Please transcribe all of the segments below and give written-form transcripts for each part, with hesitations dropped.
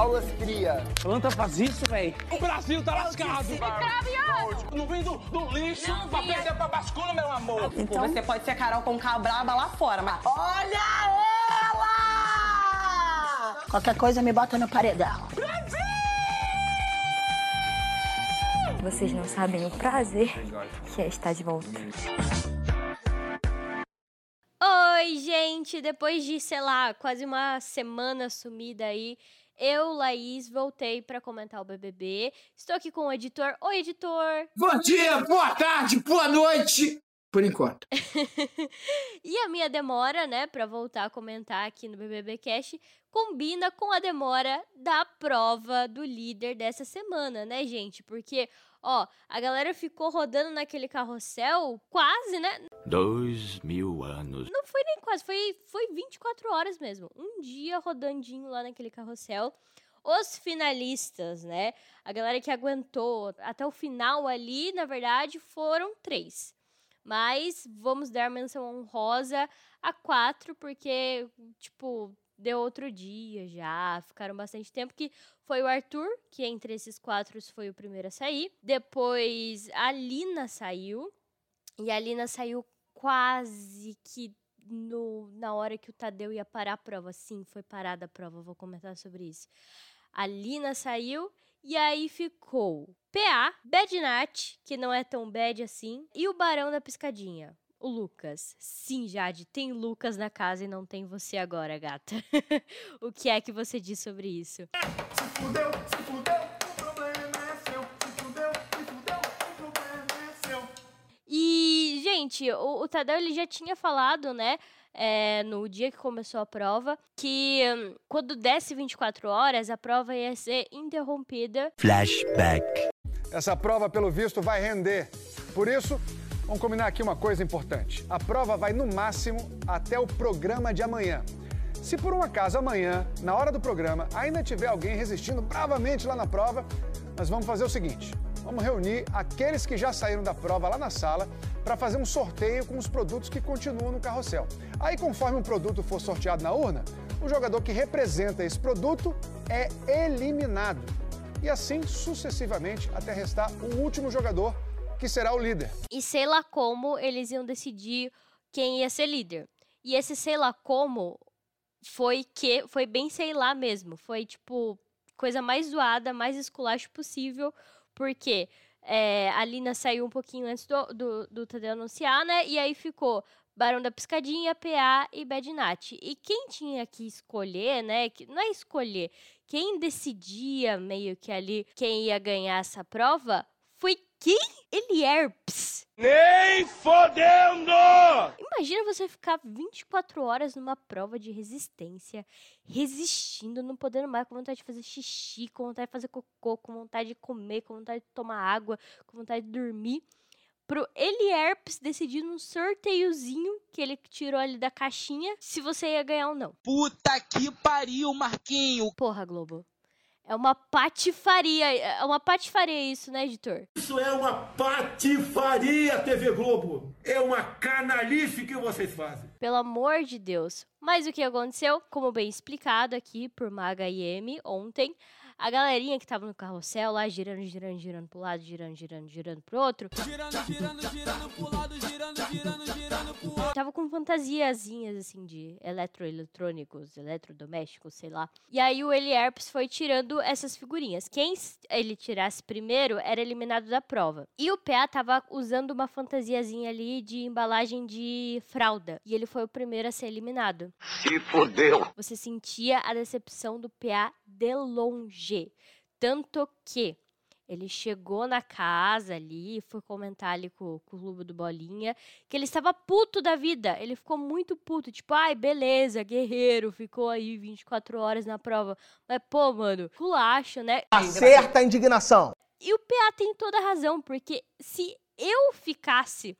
Aulas cria. Planta faz isso, velho. O Brasil tá lascado. Não vem do lixo pra perder pra bascula, meu amor. Então você pode ser a Carol Conká braba lá fora, mas... Olha ela! Qualquer coisa me bota no paredão. Vocês não sabem o prazer que é estar de volta. Oi, gente! Depois de, sei lá, quase uma semana sumida aí, eu, Laís, voltei pra comentar o BBB. Estou aqui com o editor. Oi, editor! Bom dia, boa tarde, boa noite! Por enquanto. E a minha demora, né, pra voltar a comentar aqui no BBB Cast, combina com a demora da prova do líder dessa semana, né, gente? Porque, ó, a galera ficou rodando naquele carrossel quase, né? 2000 anos. Não foi nem quase, foi 24 horas mesmo. Um dia rodandinho lá naquele carrossel. Os finalistas, né? A galera que aguentou até o final ali, na verdade, foram 3. Mas vamos dar menção honrosa a 4, porque, tipo, deu outro dia já. Ficaram bastante tempo, que foi o Arthur, que entre esses 4 foi o primeiro a sair. Depois a Lina saiu. E a Lina saiu quase que na hora que o Tadeu ia parar a prova. Sim, foi parada a prova, vou comentar sobre isso. A Lina saiu e aí ficou PA, Bad Nat, que não é tão bad assim, e o Barão da Piscadinha, o Lucas. Sim, Jade, tem Lucas na casa e não tem você agora, gata. O que é que você diz sobre isso? Se fudeu, o problema é seu. Se fudeu, o problema é seu. E, gente, o Tadeu ele já tinha falado, né, no dia que começou a prova, que quando desse 24 horas, a prova ia ser interrompida. Flashback. Essa prova, pelo visto, vai render. Por isso, vamos combinar aqui uma coisa importante. A prova vai, no máximo, até o programa de amanhã. Se por um acaso amanhã, na hora do programa, ainda tiver alguém resistindo bravamente lá na prova, nós vamos fazer o seguinte. Vamos reunir aqueles que já saíram da prova lá na sala para fazer um sorteio com os produtos que continuam no carrossel. Aí, conforme um produto for sorteado na urna, o jogador que representa esse produto é eliminado. E assim, sucessivamente, até restar o último jogador, que será o líder. E sei lá como eles iam decidir quem ia ser líder. E esse sei lá como foi bem sei lá mesmo. Foi, tipo, coisa mais zoada, mais esculacho possível. Porque a Lina saiu um pouquinho antes do Tadeu anunciar, né? E aí ficou Barão da Piscadinha, PA e Bad Nat. E quem tinha que escolher, né? Não é escolher. Quem decidia meio que ali quem ia ganhar essa prova foi quem? Elierps. Nem fodendo! Imagina você ficar 24 horas numa prova de resistência, resistindo, não podendo mais, com vontade de fazer xixi, com vontade de fazer cocô, com vontade de comer, com vontade de tomar água, com vontade de dormir, pro Elierps decidir num sorteiozinho que ele tirou ali da caixinha se você ia ganhar ou não. Puta que pariu, Marquinho! Porra, Globo. É uma patifaria. É uma patifaria isso, né, editor? Isso é uma patifaria, TV Globo. É uma canalice que vocês fazem. Pelo amor de Deus. Mas o que aconteceu? Como bem explicado aqui por Maga e M ontem, a galerinha que tava no carrossel lá, girando pro lado, girando pro outro. Girando pro lado, girando pro outro. Tava com fantasiazinhas, assim, de eletrônicos, eletrodomésticos, sei lá. E aí o Elierps foi tirando essas figurinhas. Quem ele tirasse primeiro era eliminado da prova. E o PA tava usando uma fantasiazinha ali de embalagem de fralda. E ele foi o primeiro a ser eliminado. Se fudeu. Você sentia a decepção do PA de longe. Tanto que ele chegou na casa ali, foi comentar ali com o Clube do Bolinha, que ele estava puto da vida. Ele ficou muito puto, tipo, ai, beleza, guerreiro, ficou aí 24 horas na prova. Mas, pô, mano, culacho, né? Acerta a indignação. E o PA tem toda a razão, porque se eu ficasse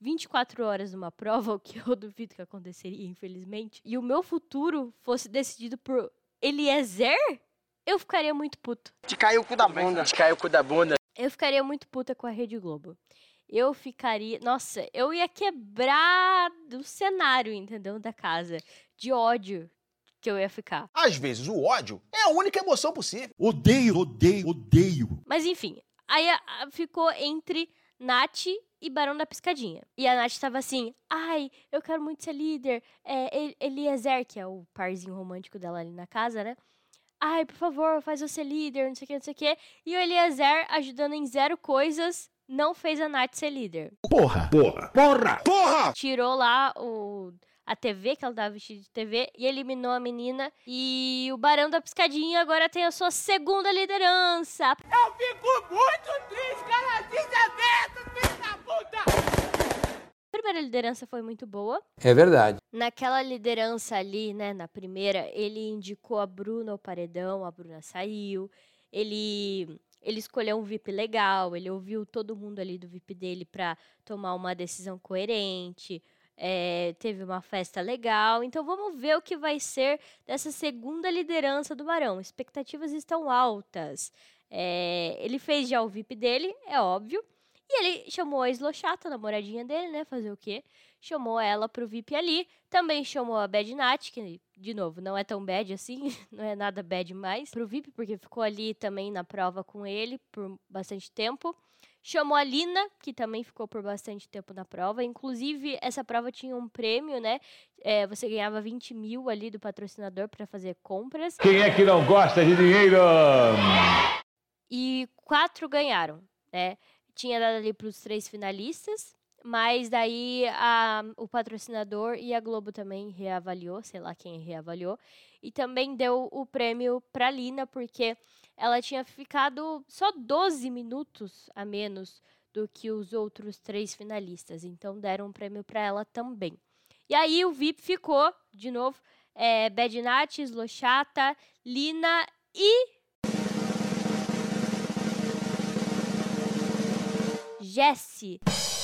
24 horas numa prova, o que eu duvido que aconteceria, infelizmente, e o meu futuro fosse decidido por Eliezer, eu ficaria muito puto. Te caiu o cu da bunda. Te caiu o cu da bunda. Eu ficaria muito puta com a Rede Globo. Eu ficaria... Nossa, eu ia quebrar o cenário, entendeu? Da casa. De ódio. que eu ia ficar. Às vezes o ódio é a única emoção possível. Odeio, odeio, odeio. Mas enfim, aí ficou entre Nath e Barão da Piscadinha. E a Nath tava assim, ai, eu quero muito ser líder. Eliezer, que é o parzinho romântico dela ali na casa, né? Ai, por favor, faz eu ser líder, não sei o que, não sei o que. E o Eliezer, ajudando em 0 coisas, não fez a Nath ser líder. Porra. Tirou lá a TV, que ela tava vestida de TV, e eliminou a menina. E o Barão da Piscadinha agora tem a sua segunda liderança. Eu fico muito triste, cara. Desaberto, filho da puta. A primeira liderança foi muito boa. É verdade. Naquela liderança ali, né, na primeira, ele indicou a Bruna ao paredão, a Bruna saiu. Ele escolheu um VIP legal, ele ouviu todo mundo ali do VIP dele pra tomar uma decisão coerente. Teve uma festa legal, então vamos ver o que vai ser dessa segunda liderança do Barão. Expectativas estão altas. Ele fez já o VIP dele, é óbvio, e ele chamou a Slochata, a namoradinha dele, né, fazer o quê? Chamou ela pro VIP ali, também chamou a Bad Nath, que, de novo, não é tão bad assim, não é nada bad mais, pro VIP, porque ficou ali também na prova com ele por bastante tempo. Chamou a Lina, que também ficou por bastante tempo na prova. Inclusive, essa prova tinha um prêmio, né? Você ganhava 20 mil ali do patrocinador para fazer compras. Quem é que não gosta de dinheiro? E 4 ganharam, né? Tinha dado ali para os 3 finalistas, mas daí o patrocinador e a Globo também reavaliou, sei lá quem reavaliou, e também deu o prêmio para Lina, porque ela tinha ficado só 12 minutos a menos do que os outros 3 finalistas. Então, deram um prêmio para ela também. E aí, o VIP ficou, de novo, Bad Nath, Slochata, Lina e Jessi.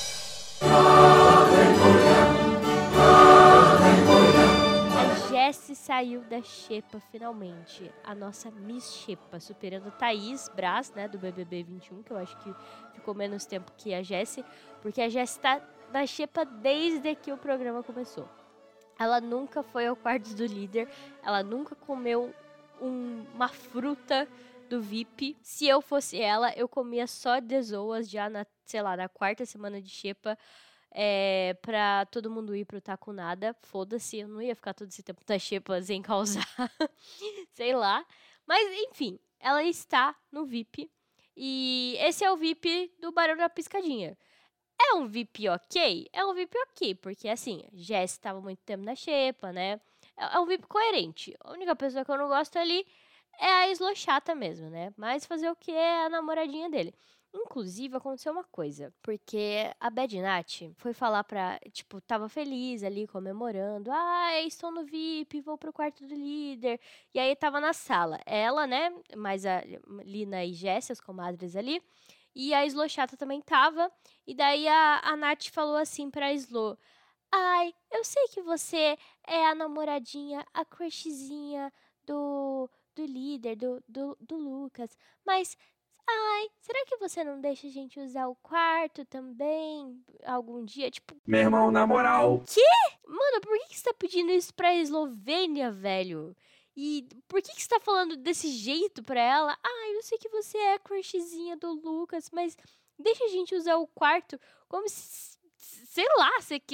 Jessi saiu da xepa finalmente, a nossa Miss Xepa, superando a Thaís Braz, né, do BBB 21, que eu acho que ficou menos tempo que a Jessi, porque a Jessi tá na xepa desde que o programa começou. Ela nunca foi ao quarto do líder, ela nunca comeu uma fruta do VIP. Se eu fosse ela, eu comia só desoas já na 4ª semana de xepa, pra todo mundo ir pro Taco Nada. Foda-se, eu não ia ficar todo esse tempo na xepa sem causar, sei lá. Mas, enfim, ela está no VIP. E esse é o VIP do Barão da Piscadinha. É um VIP ok? É um VIP ok, porque, assim, Jess estava muito tempo na xepa, né? É um VIP coerente. A única pessoa que eu não gosto ali é a Slochata mesmo, né? Mas fazer o que é a namoradinha dele. Inclusive, aconteceu uma coisa, porque a Bad Nath foi falar tava feliz ali, comemorando. Estou no VIP, vou pro quarto do líder. E aí, tava na sala. Ela, né, mais a Lina e Jessi, as comadres ali. E a Slochata também tava. E daí, a Nath falou assim pra Slo: eu sei que você é a namoradinha, a crushzinha do líder, do Lucas, mas... será que você não deixa a gente usar o quarto também algum dia? Meu irmão, na moral. Quê? Mano, por que você tá pedindo isso pra Eslovênia, velho? E por que você tá falando desse jeito pra ela? Eu sei que você é a crushzinha do Lucas, mas deixa a gente usar o quarto como se... Sei lá,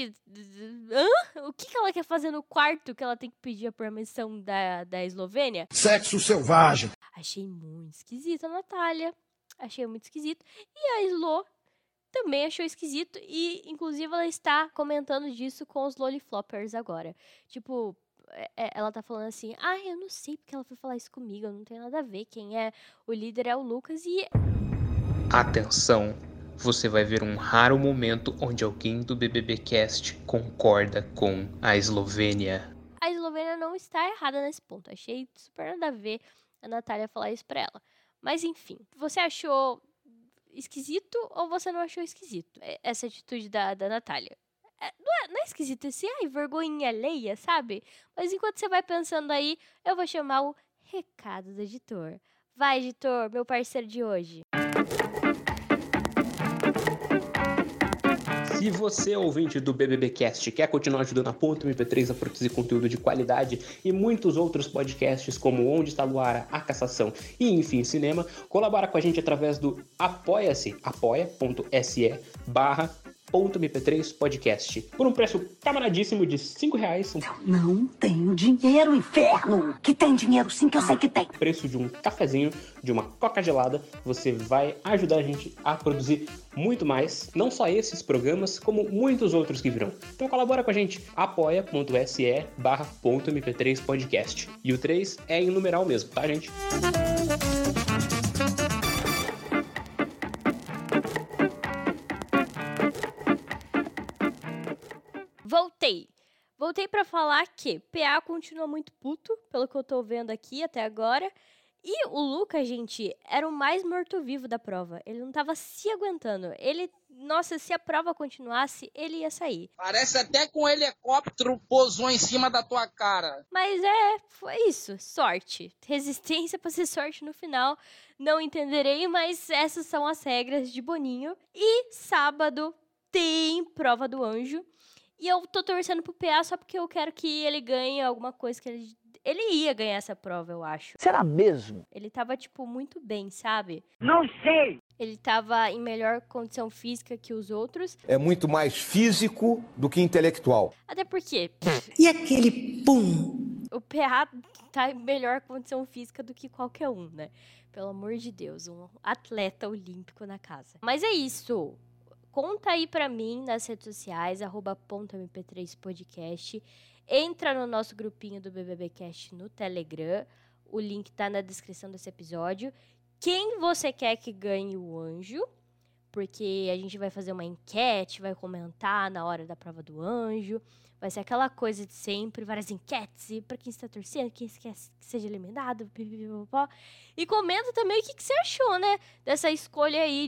o que ela quer fazer no quarto que ela tem que pedir a permissão da Eslovênia? Sexo selvagem. Achei muito esquisito a Natália. Achei muito esquisito. E a Slo também achou esquisito. E, inclusive, ela está comentando disso com os Lolifloppers agora. Ela tá falando assim... eu não sei porque ela foi falar isso comigo. Não tem nada a ver. Quem é o líder é o Lucas e... Atenção! Você vai ver um raro momento onde alguém do BBBcast concorda com a Eslovênia. A Eslovênia não está errada nesse ponto. Achei super nada a ver a Natália falar isso pra ela. Mas enfim, você achou esquisito ou você não achou esquisito essa atitude da Natália? Não é esquisito esse, vergonha alheia, sabe? Mas enquanto você vai pensando aí, eu vou chamar o recado do editor. Vai, editor, meu parceiro de hoje. Se você, ouvinte do BBBcast, quer continuar ajudando a Ponto MP3 a produzir conteúdo de qualidade e muitos outros podcasts como Onde Está Luara, A Cassação e Enfim Cinema, colabora com a gente através do Apoia-se, apoia.se/.mp3 podcast, por um preço camaradíssimo de R$5. Não tenho dinheiro, inferno! Que tem dinheiro sim, que eu sei que tem. Preço de um cafezinho, de uma coca gelada, você vai ajudar a gente a produzir muito mais, não só esses programas, como muitos outros que virão. Então colabora com a gente, apoia.se/.mp3 podcast. E o 3 é em numeral mesmo, tá, gente? Voltei pra falar que PA continua muito puto, pelo que eu tô vendo aqui até agora. E o Lucas, gente, era o mais morto-vivo da prova. Ele não tava se aguentando. Nossa, se a prova continuasse, ele ia sair. Parece até que um helicóptero pousou em cima da tua cara. Mas foi isso. Sorte. Resistência pra ser sorte no final. Não entenderei, mas essas são as regras de Boninho. E sábado tem prova do anjo. E eu tô torcendo pro PA só porque eu quero que ele ganhe alguma coisa que ele ia ganhar essa prova, eu acho. Será mesmo? Ele tava, muito bem, sabe? Não sei! Ele tava em melhor condição física que os outros. É muito mais físico do que intelectual. Até porque... E aquele pum? O PA tá em melhor condição física do que qualquer um, né? Pelo amor de Deus, um atleta olímpico na casa. Mas é isso. Conta aí pra mim nas redes sociais, @.mp3podcast. Entra no nosso grupinho do BBBcast no Telegram. O link tá na descrição desse episódio. Quem você quer que ganhe o anjo? Porque a gente vai fazer uma enquete, vai comentar na hora da prova do anjo. Vai ser aquela coisa de sempre, várias enquetes. E pra quem está torcendo, quem quer que seja eliminado. Pipipipopó. E comenta também o que você achou, né? Dessa escolha aí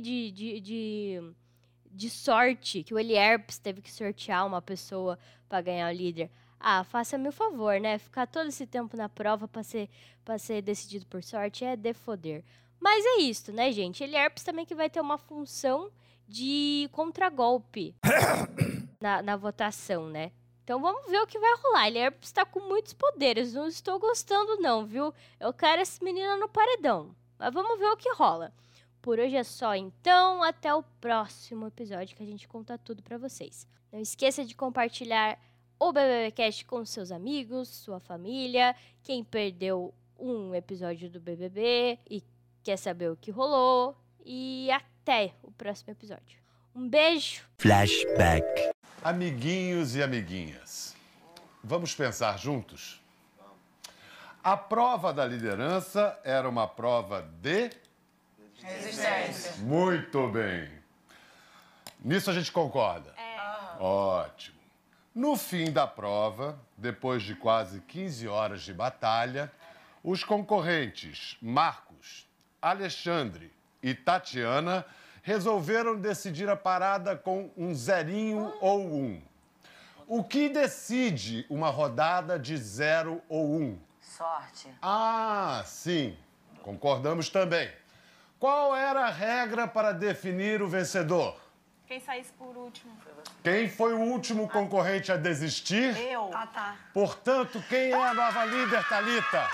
de sorte, que o Elierps teve que sortear uma pessoa pra ganhar o líder. Ah, faça-me o favor, né? Ficar todo esse tempo na prova pra ser decidido por sorte é de foder. Mas é isso, né, gente? Elierps também que vai ter uma função de contragolpe na votação, né? Então vamos ver o que vai rolar. Elierps tá com muitos poderes, não estou gostando não, viu? Eu quero essa menina no paredão. Mas vamos ver o que rola. Por hoje é só, então. Até o próximo episódio que a gente conta tudo pra vocês. Não esqueça de compartilhar o BBBcast com seus amigos, sua família, quem perdeu um episódio do BBB e quer saber o que rolou. E até o próximo episódio. Um beijo. Flashback. Amiguinhos e amiguinhas, vamos pensar juntos? A prova da liderança era uma prova de... resistência. Muito bem. Nisso a gente concorda? Ótimo. No fim da prova, depois de quase 15 horas de batalha, os concorrentes Marcos, Alexandre e Tatiana resolveram decidir a parada com um 0 ou 1. O que decide uma rodada de 0 ou 1? Sorte. Ah, sim. Concordamos também. Qual era a regra para definir o vencedor? Quem saísse por último. Quem foi o último concorrente a desistir? Eu. Ah, tá. Portanto, quem é a nova líder, Thalita?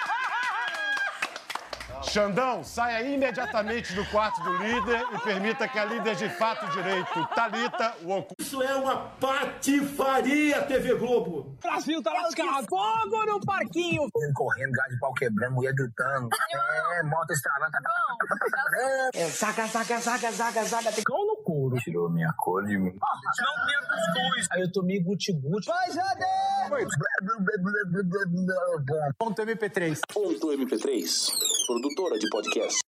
Xandão, saia imediatamente do quarto do líder e permita que a líder de fato direito, Thalita, o ocupe. Isso é uma patifaria, TV Globo. Brasil tá lascado. Fogo no parquinho. Correndo, gás de pau quebrando, mulher gritando. Moto estralando. Zaga. Tem cão no couro. Tirou minha cor de mim. Não tem cuscuz. Aí eu tomei guti-guti. Vai, Jade! Ponto MP3. Ponto MP3. Produtora de podcast.